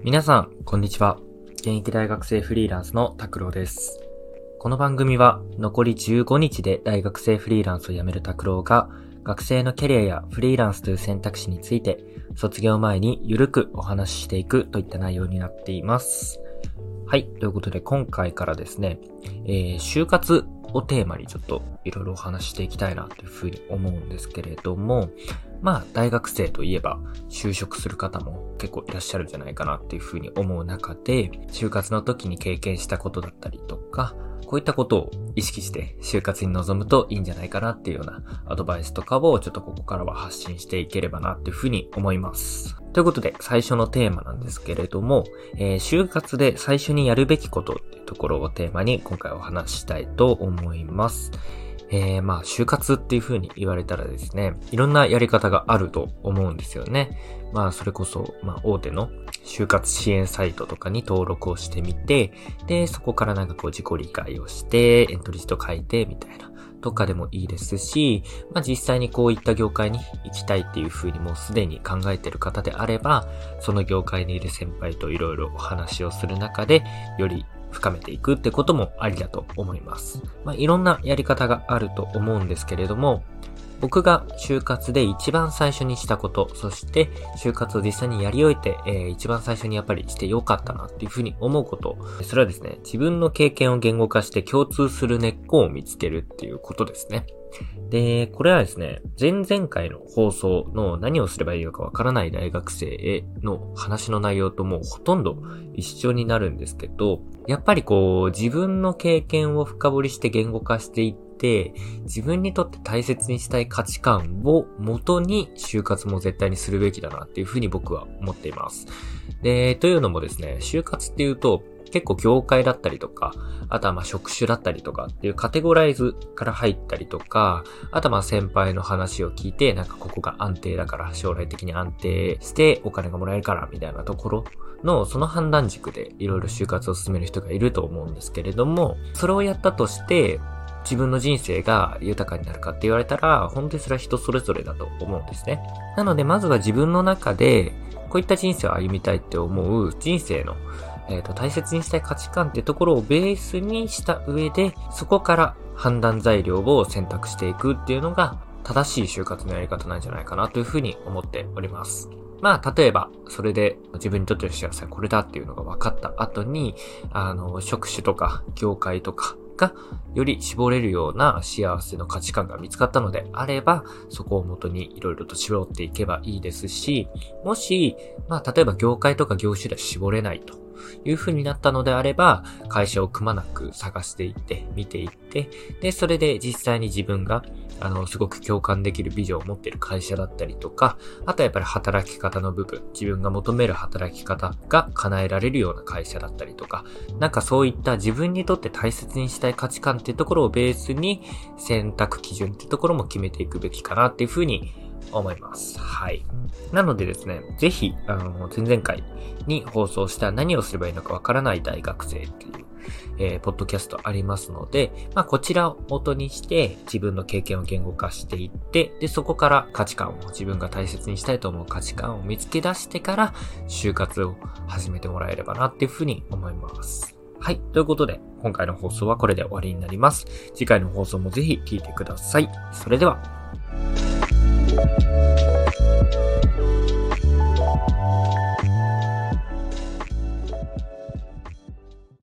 皆さん、こんにちは。現役大学生フリーランスの拓郎です。この番組は残り15日で大学生フリーランスを辞める拓郎が学生のキャリアやフリーランスという選択肢について卒業前にゆるくお話ししていくといった内容になっています。はい。ということで今回からですね、就活をテーマにちょっといろいろお話していきたいなというふうに思うんですけれども、大学生といえば就職する方も結構いらっしゃるんじゃないかなっていうふうに思う中で、就活の時に経験したことだったりとか、こういったことを意識して就活に臨むといいんじゃないかなっていうようなアドバイスとかをちょっとここからは発信していければなっていうふうに思います。ということで最初のテーマなんですけれども、就活で最初にやるべきことっていうところをテーマに今回お話ししたいと思います。就活っていう風に言われたらですね、いろんなやり方があると思うんですよね。それこそ、大手の就活支援サイトとかに登録をしてみて、で、そこから自己理解をして、エントリーシート書いて、みたいな、とかでもいいですし、実際にこういった業界に行きたいっていう風にもうすでに考えている方であれば、その業界にいる先輩といろいろお話をする中で、より深めていくってこともありだと思います。いろんなやり方があると思うんですけれども、僕が就活で一番最初にしたこと、そして就活を実際にやり終えて、一番最初にやっぱりしてよかったなっていうふうに思うこと、それはですね、自分の経験を言語化して共通する根っこを見つけるっていうことですね。で、これはですね、前々回の放送の何をすればいいのかわからない大学生への話の内容ともうほとんど一緒になるんですけど、やっぱり自分の経験を深掘りして言語化していって、自分にとって大切にしたい価値観を元に就活も絶対にするべきだなっていうふうに僕は思っています。で、というのもですね、就活っていうと、結構業界だったりとか、あとは職種だったりとかっていうカテゴライズから入ったりとか、あとは先輩の話を聞いて、ここが安定だから将来的に安定してお金がもらえるからみたいなところのその判断軸でいろいろ就活を進める人がいると思うんですけれども、それをやったとして自分の人生が豊かになるかって言われたら、本当にそれは人それぞれだと思うんですね。なのでまずは自分の中でこういった人生を歩みたいって思う人生の大切にしたい価値観ってところをベースにした上で、そこから判断材料を選択していくっていうのが正しい就活のやり方なんじゃないかなというふうに思っております。例えば、それで自分にとっての幸せはこれだっていうのが分かった後に、職種とか業界とかがより絞れるような幸せの価値観が見つかったのであれば、そこを元にいろいろと絞っていけばいいですし、もし、例えば業界とか業種で絞れないという風になったのであれば、会社をくまなく探していって、見ていって、で、それで実際に自分が、すごく共感できるビジョンを持っている会社だったりとか、あとはやっぱり働き方の部分、自分が求める働き方が叶えられるような会社だったりとか、そういった自分にとって大切にしたい価値観っていうところをベースに選択基準っていうところも決めていくべきかなっていう風に思います。はい。なのでですね、ぜひ、前々回に放送した何をすればいいのかわからない大学生っていう、ポッドキャストありますので、こちらを元にして自分の経験を言語化していって、で、そこから価値観を自分が大切にしたいと思う価値観を見つけ出してから、就活を始めてもらえればなっていうふうに思います。はい。ということで、今回の放送はこれで終わりになります。次回の放送もぜひ聞いてください。それでは。